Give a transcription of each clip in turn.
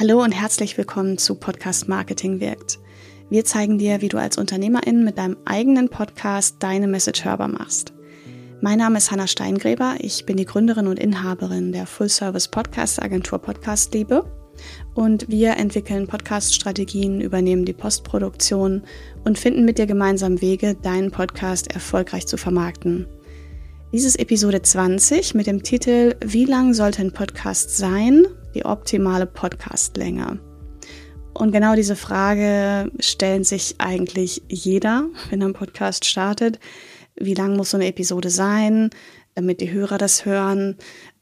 Hallo und herzlich willkommen zu Podcast Marketing wirkt. Wir zeigen dir, wie du als Unternehmerin mit deinem eigenen Podcast deine Message hörbar machst. Mein Name ist Hanna Steingräber, ich bin die Gründerin und Inhaberin der Full-Service-Podcast-Agentur Podcastliebe und wir entwickeln Podcast-Strategien, übernehmen die Postproduktion und finden mit dir gemeinsam Wege, deinen Podcast erfolgreich zu vermarkten. Dies ist Episode 20 mit dem Titel Wie lang sollte ein Podcast sein? Die optimale Podcastlänge. Und genau diese Frage stellen sich eigentlich jeder, wenn er einen Podcast startet. Wie lang muss so eine Episode sein, damit die Hörer das hören?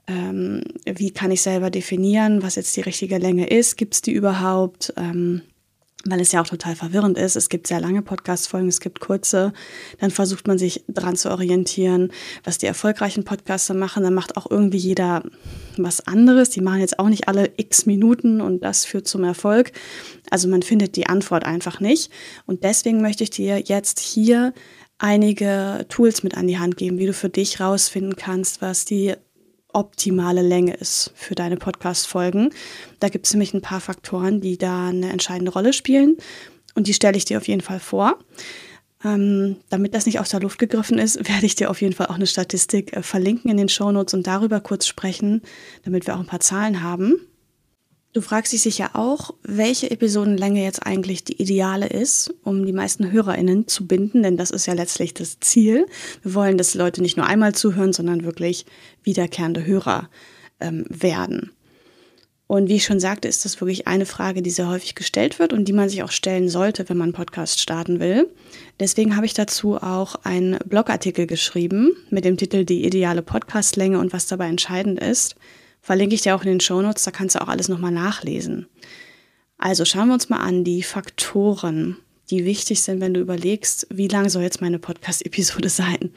Wie kann ich selber definieren, was jetzt die richtige Länge ist? Gibt es die überhaupt? Weil es ja auch total verwirrend ist. Es gibt sehr lange Podcast-Folgen, es gibt kurze. Dann versucht man sich dran zu orientieren, was die erfolgreichen Podcaster machen. Dann macht auch irgendwie jeder was anderes. Die machen jetzt auch nicht alle x Minuten und das führt zum Erfolg. Also man findet die Antwort einfach nicht. Und deswegen möchte ich dir jetzt hier einige Tools mit an die Hand geben, wie du für dich rausfinden kannst, was die optimale Länge ist für deine Podcast-Folgen. Da gibt es nämlich ein paar Faktoren, die da eine entscheidende Rolle spielen und die stelle ich dir auf jeden Fall vor. Damit das nicht aus der Luft gegriffen ist, werde ich dir auf jeden Fall auch eine Statistik verlinken in den Shownotes und darüber kurz sprechen, damit wir auch ein paar Zahlen haben. Du fragst dich sicher auch, welche Episodenlänge jetzt eigentlich die ideale ist, um die meisten HörerInnen zu binden, denn das ist ja letztlich das Ziel. Wir wollen, dass Leute nicht nur einmal zuhören, sondern wirklich wiederkehrende Hörer werden. Und wie ich schon sagte, ist das wirklich eine Frage, die sehr häufig gestellt wird und die man sich auch stellen sollte, wenn man einen Podcast starten will. Deswegen habe ich dazu auch einen Blogartikel geschrieben mit dem Titel Die ideale Podcastlänge und was dabei entscheidend ist. Verlinke ich dir auch in den Shownotes, da kannst du auch alles nochmal nachlesen. Also schauen wir uns mal an die Faktoren, die wichtig sind, wenn du überlegst, wie lang soll jetzt meine Podcast-Episode sein.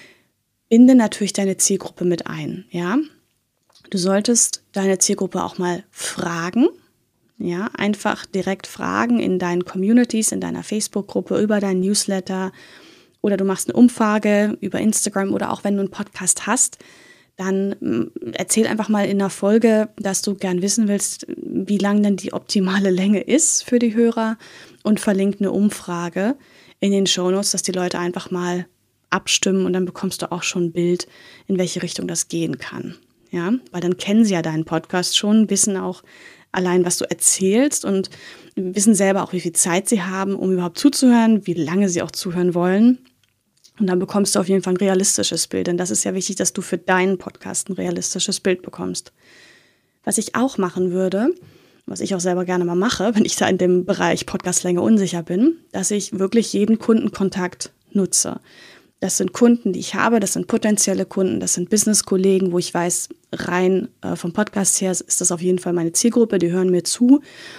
Binde natürlich deine Zielgruppe mit ein, ja. Du solltest deine Zielgruppe auch mal fragen, ja, einfach direkt fragen in deinen Communities, in deiner Facebook-Gruppe, über deinen Newsletter oder du machst eine Umfrage über Instagram oder auch wenn du einen Podcast hast, dann erzähl einfach mal in einer Folge, dass du gern wissen willst, wie lang denn die optimale Länge ist für die Hörer und verlinke eine Umfrage in den Shownotes, dass die Leute einfach mal abstimmen und dann bekommst du auch schon ein Bild, in welche Richtung das gehen kann. Ja, weil dann kennen sie ja deinen Podcast schon, wissen auch allein, was du erzählst und wissen selber auch, wie viel Zeit sie haben, um überhaupt zuzuhören, wie lange sie auch zuhören wollen. Und dann bekommst du auf jeden Fall ein realistisches Bild, denn das ist ja wichtig, dass du für deinen Podcast ein realistisches Bild bekommst. Was ich auch machen würde, was ich auch selber gerne mal mache, wenn ich da in dem Bereich Podcastlänge unsicher bin, dass ich wirklich jeden Kundenkontakt nutze. Das sind Kunden, die ich habe, das sind potenzielle Kunden, das sind Business-Kollegen, wo ich weiß, rein vom Podcast her ist das auf jeden Fall meine Zielgruppe, die hören mir zu.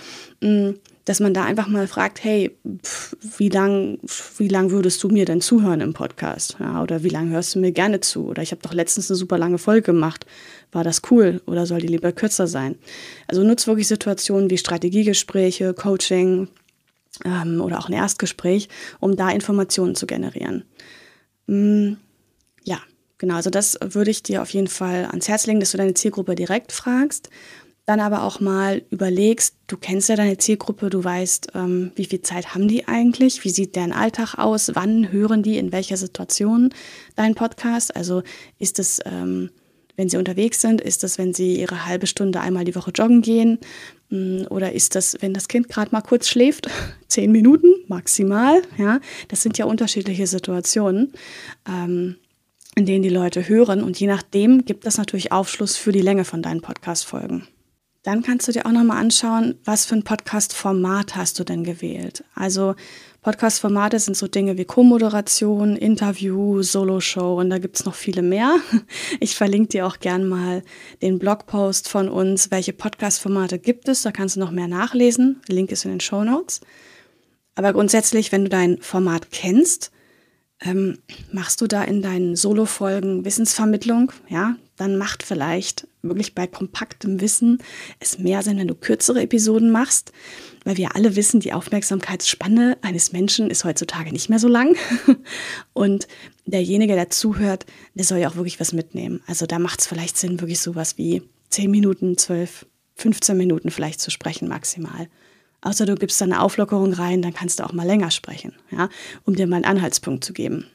Dass man da einfach mal fragt, hey, wie lang würdest du mir denn zuhören im Podcast? Ja, oder wie lang hörst du mir gerne zu? Oder ich habe doch letztens eine super lange Folge gemacht. War das cool oder soll die lieber kürzer sein? Also nutze wirklich Situationen wie Strategiegespräche, Coaching oder auch ein Erstgespräch, um da Informationen zu generieren. Ja, genau. Also das würde ich dir auf jeden Fall ans Herz legen, dass du deine Zielgruppe direkt fragst. Dann aber auch mal überlegst, du kennst ja deine Zielgruppe, du weißt, wie viel Zeit haben die eigentlich, wie sieht deren Alltag aus, wann hören die, in welcher Situation deinen Podcast. Also ist es, wenn sie unterwegs sind, ist das, wenn sie ihre halbe Stunde einmal die Woche joggen gehen oder ist das, wenn das Kind gerade mal kurz schläft, 10 Minuten maximal. Ja, das sind ja unterschiedliche Situationen, in denen die Leute hören und je nachdem gibt das natürlich Aufschluss für die Länge von deinen Podcast-Folgen. Dann kannst du dir auch nochmal anschauen, was für ein Podcast-Format hast du denn gewählt. Also Podcast-Formate sind so Dinge wie Co-Moderation, Interview, Solo-Show und da gibt's noch viele mehr. Ich verlinke dir auch gern mal den Blogpost von uns, welche Podcast-Formate gibt es, da kannst du noch mehr nachlesen. Link ist in den Shownotes. Aber grundsätzlich, wenn du dein Format kennst, machst du da in deinen Solo-Folgen Wissensvermittlung, ja, dann macht vielleicht wirklich bei kompaktem Wissen es mehr Sinn, wenn du kürzere Episoden machst, weil wir alle wissen, die Aufmerksamkeitsspanne eines Menschen ist heutzutage nicht mehr so lang und derjenige, der zuhört, der soll ja auch wirklich was mitnehmen. Also da macht es vielleicht Sinn, wirklich sowas wie 10 Minuten, 12 15 Minuten vielleicht zu sprechen maximal. Außer du gibst da eine Auflockerung rein, dann kannst du auch mal länger sprechen, ja, um dir mal einen Anhaltspunkt zu geben.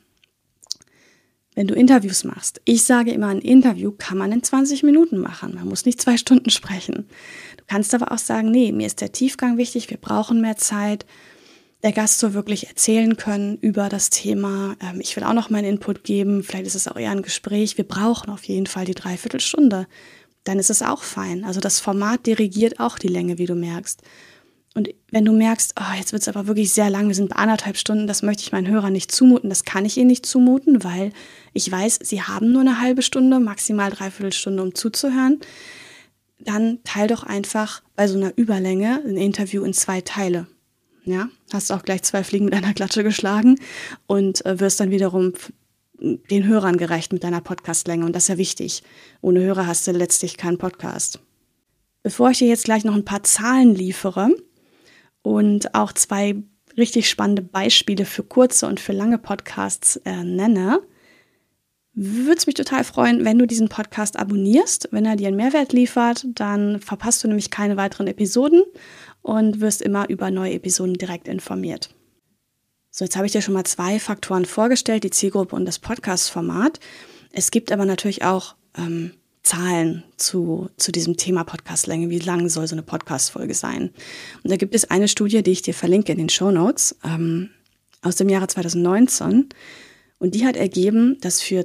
Wenn du Interviews machst, ich sage immer, ein Interview kann man in 20 Minuten machen. Man muss nicht 2 Stunden sprechen. Du kannst aber auch sagen, nee, mir ist der Tiefgang wichtig, wir brauchen mehr Zeit. Der Gast soll wirklich erzählen können über das Thema. Ich will auch noch meinen Input geben, vielleicht ist es auch eher ein Gespräch. Wir brauchen auf jeden Fall die 3/4 Stunde. Dann ist es auch fein. Also das Format dirigiert auch die Länge, wie du merkst. Und wenn du merkst, jetzt wird es aber wirklich sehr lang, wir sind bei 1,5 Stunden, das möchte ich meinen Hörern nicht zumuten, das kann ich ihnen nicht zumuten, weil ich weiß, sie haben nur eine halbe Stunde, maximal 3/4 Stunde, um zuzuhören, dann teil doch einfach bei so einer Überlänge ein Interview in 2 Teile. Ja, hast auch gleich 2 Fliegen mit einer Klatsche geschlagen und wirst dann wiederum den Hörern gerecht mit deiner Podcastlänge. Und das ist ja wichtig. Ohne Hörer hast du letztlich keinen Podcast. Bevor ich dir jetzt gleich noch ein paar Zahlen liefere und auch 2 richtig spannende Beispiele für kurze und für lange Podcasts nenne, würde es mich total freuen, wenn du diesen Podcast abonnierst. Wenn er dir einen Mehrwert liefert, dann verpasst du nämlich keine weiteren Episoden und wirst immer über neue Episoden direkt informiert. So, jetzt habe ich dir schon mal 2 Faktoren vorgestellt, die Zielgruppe und das Podcast-Format. Es gibt aber natürlich auch Zahlen zu diesem Thema Podcastlänge. Wie lang soll so eine Podcast-Folge sein? Und da gibt es eine Studie, die ich dir verlinke in den Shownotes, aus dem Jahre 2019. Und die hat ergeben, dass für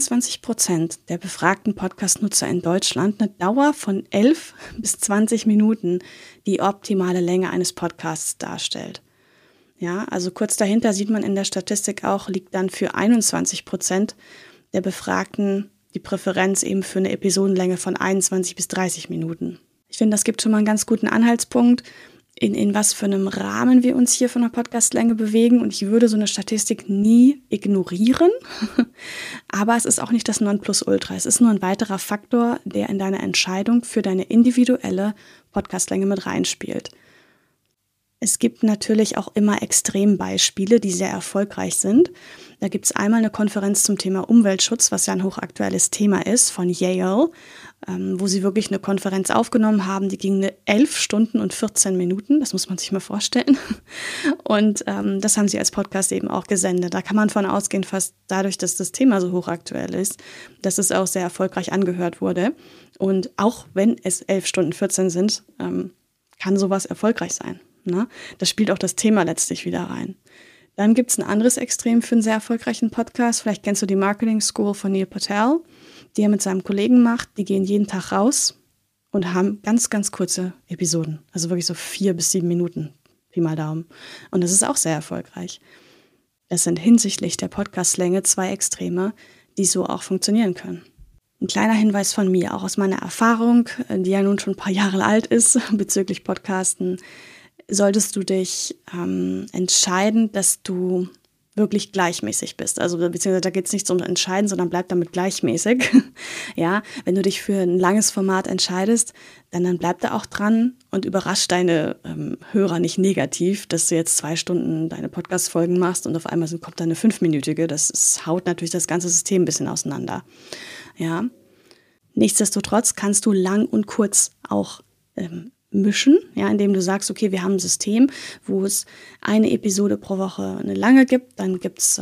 23% der befragten Podcast-Nutzer in Deutschland eine Dauer von 11 bis 20 Minuten die optimale Länge eines Podcasts darstellt. Ja, also kurz dahinter sieht man in der Statistik auch, liegt dann für 21% der Befragten die Präferenz eben für eine Episodenlänge von 21 bis 30 Minuten. Ich finde, das gibt schon mal einen ganz guten Anhaltspunkt, in was für einem Rahmen wir uns hier von der Podcastlänge bewegen. Und ich würde so eine Statistik nie ignorieren. Aber es ist auch nicht das Nonplusultra. Es ist nur ein weiterer Faktor, der in deiner Entscheidung für deine individuelle Podcastlänge mit reinspielt. Es gibt natürlich auch immer Extrembeispiele, die sehr erfolgreich sind. Da gibt es einmal eine Konferenz zum Thema Umweltschutz, was ja ein hochaktuelles Thema ist, von Yale, wo sie wirklich eine Konferenz aufgenommen haben, die ging 11 Stunden und 14 Minuten, das muss man sich mal vorstellen. Und das haben sie als Podcast eben auch gesendet. Da kann man von ausgehen, fast dadurch, dass das Thema so hochaktuell ist, dass es auch sehr erfolgreich angehört wurde. Und auch wenn es 11 Stunden 14 sind, kann sowas erfolgreich sein. Ne? Das spielt auch das Thema letztlich wieder rein. Dann gibt es ein anderes Extrem für einen sehr erfolgreichen Podcast. Vielleicht kennst du die Marketing School von Neil Patel, die er mit seinem Kollegen macht. Die gehen jeden Tag raus und haben ganz, ganz kurze Episoden. Also wirklich so 4 bis 7 Minuten, Pi mal Daumen. Und das ist auch sehr erfolgreich. Das sind hinsichtlich der Podcastlänge 2 Extreme, die so auch funktionieren können. Ein kleiner Hinweis von mir, auch aus meiner Erfahrung, die ja nun schon ein paar Jahre alt ist, bezüglich Podcasten, solltest du dich entscheiden, dass du wirklich gleichmäßig bist. Also beziehungsweise da geht es nicht um Entscheiden, sondern bleib damit gleichmäßig. Ja, wenn du dich für ein langes Format entscheidest, dann bleib da auch dran und überrasch deine Hörer nicht negativ, dass du jetzt 2 Stunden deine Podcast-Folgen machst und auf einmal kommt da eine 5-minütige. Das haut natürlich das ganze System ein bisschen auseinander. Ja. Nichtsdestotrotz kannst du lang und kurz auch mischen, ja, indem du sagst, okay, wir haben ein System, wo es eine Episode pro Woche eine lange gibt, dann gibt es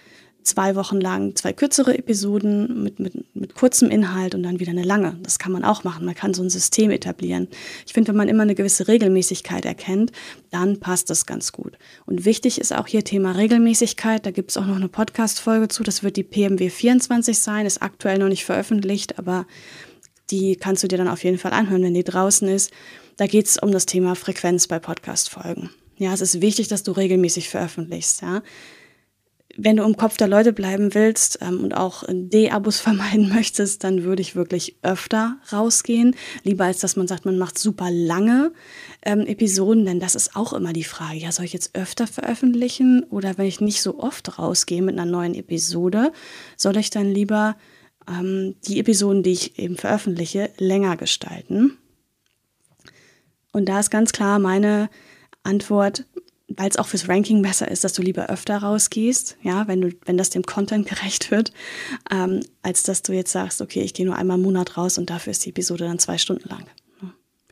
2 Wochen lang 2 kürzere Episoden mit kurzem Inhalt und dann wieder eine lange. Das kann man auch machen, man kann so ein System etablieren. Ich finde, wenn man immer eine gewisse Regelmäßigkeit erkennt, dann passt das ganz gut. Und wichtig ist auch hier Thema Regelmäßigkeit, da gibt es auch noch eine Podcast-Folge zu, das wird die PMW 24 sein, ist aktuell noch nicht veröffentlicht, aber die kannst du dir dann auf jeden Fall anhören, wenn die draußen ist. Da geht es um das Thema Frequenz bei Podcast-Folgen. Ja, es ist wichtig, dass du regelmäßig veröffentlichst. Ja. Wenn du im Kopf der Leute bleiben willst und auch D-Abos vermeiden möchtest, dann würde ich wirklich öfter rausgehen. Lieber als dass man sagt, man macht super lange Episoden, denn das ist auch immer die Frage. Ja, soll ich jetzt öfter veröffentlichen oder wenn ich nicht so oft rausgehe mit einer neuen Episode, soll ich dann lieber die Episoden, die ich eben veröffentliche, länger gestalten? Und da ist ganz klar meine Antwort, weil es auch fürs Ranking besser ist, dass du lieber öfter rausgehst, ja, wenn das dem Content gerecht wird, als dass du jetzt sagst, okay, ich gehe nur einmal im Monat raus und dafür ist die Episode dann 2 Stunden lang.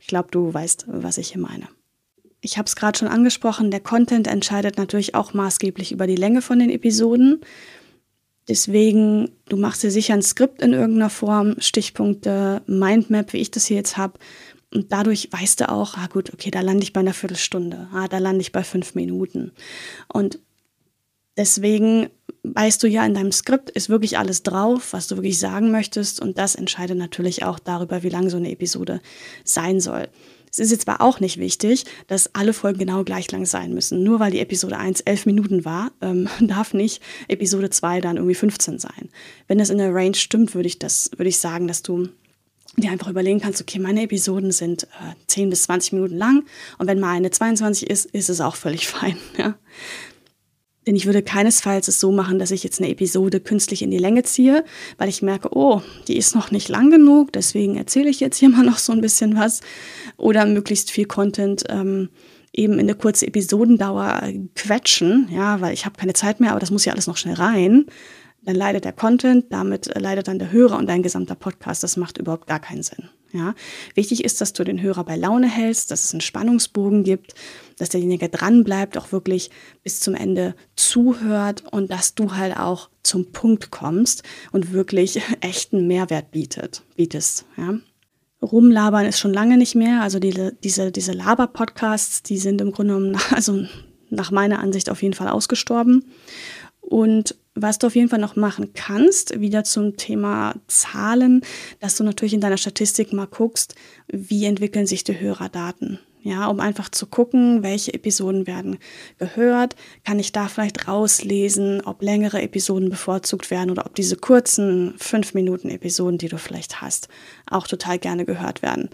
Ich glaube, du weißt, was ich hier meine. Ich habe es gerade schon angesprochen, der Content entscheidet natürlich auch maßgeblich über die Länge von den Episoden. Deswegen, du machst dir sicher ein Skript in irgendeiner Form, Stichpunkte, Mindmap, wie ich das hier jetzt habe. Und dadurch weißt du auch, gut, okay, da lande ich bei einer Viertelstunde, da lande ich bei 5 Minuten. Und deswegen weißt du ja, in deinem Skript ist wirklich alles drauf, was du wirklich sagen möchtest. Und das entscheidet natürlich auch darüber, wie lang so eine Episode sein soll. Es ist jetzt aber auch nicht wichtig, dass alle Folgen genau gleich lang sein müssen. Nur weil die Episode 1 11 Minuten war, darf nicht Episode 2 dann irgendwie 15 sein. Wenn das in der Range stimmt, würde ich sagen, dass du dir einfach überlegen kannst, okay, meine Episoden sind 10 bis 20 Minuten lang und wenn mal eine 22 ist, ist es auch völlig fein. Ja? Denn ich würde keinesfalls es so machen, dass ich jetzt eine Episode künstlich in die Länge ziehe, weil ich merke, die ist noch nicht lang genug, deswegen erzähle ich jetzt hier mal noch so ein bisschen was. Oder möglichst viel Content eben in eine kurze Episodendauer quetschen, ja, weil ich habe keine Zeit mehr, aber das muss ja alles noch schnell rein. Dann leidet der Content, damit leidet dann der Hörer und dein gesamter Podcast. Das macht überhaupt gar keinen Sinn. Ja? Wichtig ist, dass du den Hörer bei Laune hältst, dass es einen Spannungsbogen gibt, dass derjenige dran bleibt, auch wirklich bis zum Ende zuhört und dass du halt auch zum Punkt kommst und wirklich echten Mehrwert bietest. Ja? Rumlabern ist schon lange nicht mehr. Also diese Laber-Podcasts, die sind im Grunde genommen, also nach meiner Ansicht auf jeden Fall ausgestorben. Und was du auf jeden Fall noch machen kannst, wieder zum Thema Zahlen, dass du natürlich in deiner Statistik mal guckst, wie entwickeln sich die Hörerdaten. Ja, um einfach zu gucken, welche Episoden werden gehört. Kann ich da vielleicht rauslesen, ob längere Episoden bevorzugt werden oder ob diese kurzen 5-Minuten-Episoden, die du vielleicht hast, auch total gerne gehört werden.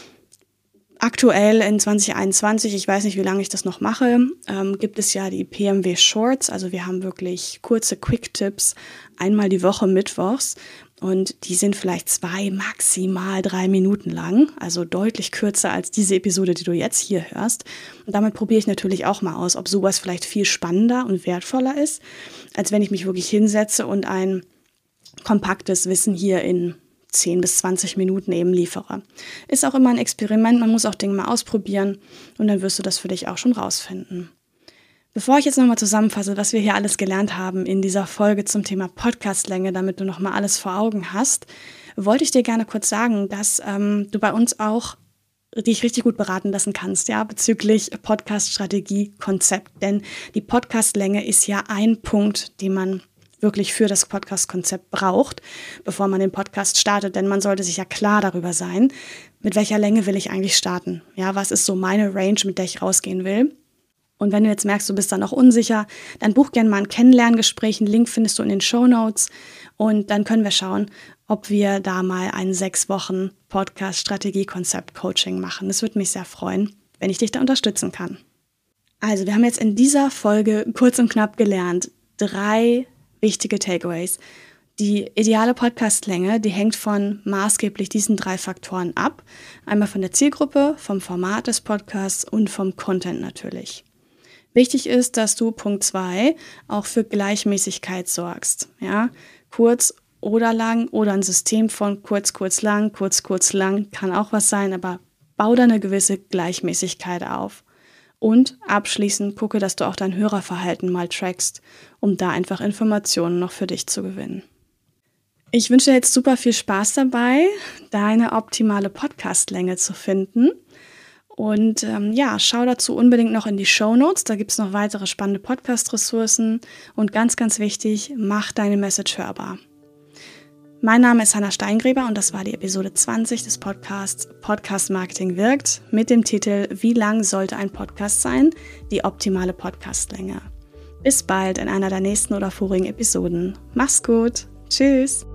Aktuell in 2021, ich weiß nicht, wie lange ich das noch mache, gibt es ja die PMW Shorts. Also wir haben wirklich kurze Quick-Tipps, einmal die Woche mittwochs. Und die sind vielleicht 2, maximal 3 Minuten lang, also deutlich kürzer als diese Episode, die du jetzt hier hörst. Und damit probiere ich natürlich auch mal aus, ob sowas vielleicht viel spannender und wertvoller ist, als wenn ich mich wirklich hinsetze und ein kompaktes Wissen hier in 10 bis 20 Minuten eben liefere. Ist auch immer ein Experiment, man muss auch Dinge mal ausprobieren und dann wirst du das für dich auch schon rausfinden. Bevor ich jetzt nochmal zusammenfasse, was wir hier alles gelernt haben in dieser Folge zum Thema Podcastlänge, damit du nochmal alles vor Augen hast, wollte ich dir gerne kurz sagen, dass du bei uns auch dich richtig gut beraten lassen kannst, ja, bezüglich Podcast-Strategie, Konzept. Denn die Podcastlänge ist ja ein Punkt, den man wirklich für das Podcast-Konzept braucht, bevor man den Podcast startet. Denn man sollte sich ja klar darüber sein, mit welcher Länge will ich eigentlich starten. Ja, was ist so meine Range, mit der ich rausgehen will. Und wenn du jetzt merkst, du bist da noch unsicher, dann buch gerne mal ein Kennenlerngespräch. Einen Link findest du in den Shownotes. Und dann können wir schauen, ob wir da mal ein 6 Wochen Podcast-Strategie-Konzept-Coaching machen. Das würde mich sehr freuen, wenn ich dich da unterstützen kann. Also, wir haben jetzt in dieser Folge kurz und knapp gelernt, 3 wichtige Takeaways. Die ideale Podcastlänge, die hängt von maßgeblich diesen 3 Faktoren ab. Einmal von der Zielgruppe, vom Format des Podcasts und vom Content natürlich. Wichtig ist, dass du Punkt 2 auch für Gleichmäßigkeit sorgst. Ja? Kurz oder lang oder ein System von kurz, kurz, lang, kurz, lang kann auch was sein, aber bau da eine gewisse Gleichmäßigkeit auf. Und abschließend gucke, dass du auch dein Hörerverhalten mal trackst, um da einfach Informationen noch für dich zu gewinnen. Ich wünsche dir jetzt super viel Spaß dabei, deine optimale Podcastlänge zu finden. Und schau dazu unbedingt noch in die Shownotes, da gibt es noch weitere spannende Podcast-Ressourcen. Und ganz, ganz wichtig, mach deine Message hörbar. Mein Name ist Hannah Steingräber und das war die Episode 20 des Podcasts Podcast Marketing wirkt mit dem Titel Wie lang sollte ein Podcast sein? Die optimale Podcastlänge. Bis bald in einer der nächsten oder vorigen Episoden. Mach's gut. Tschüss.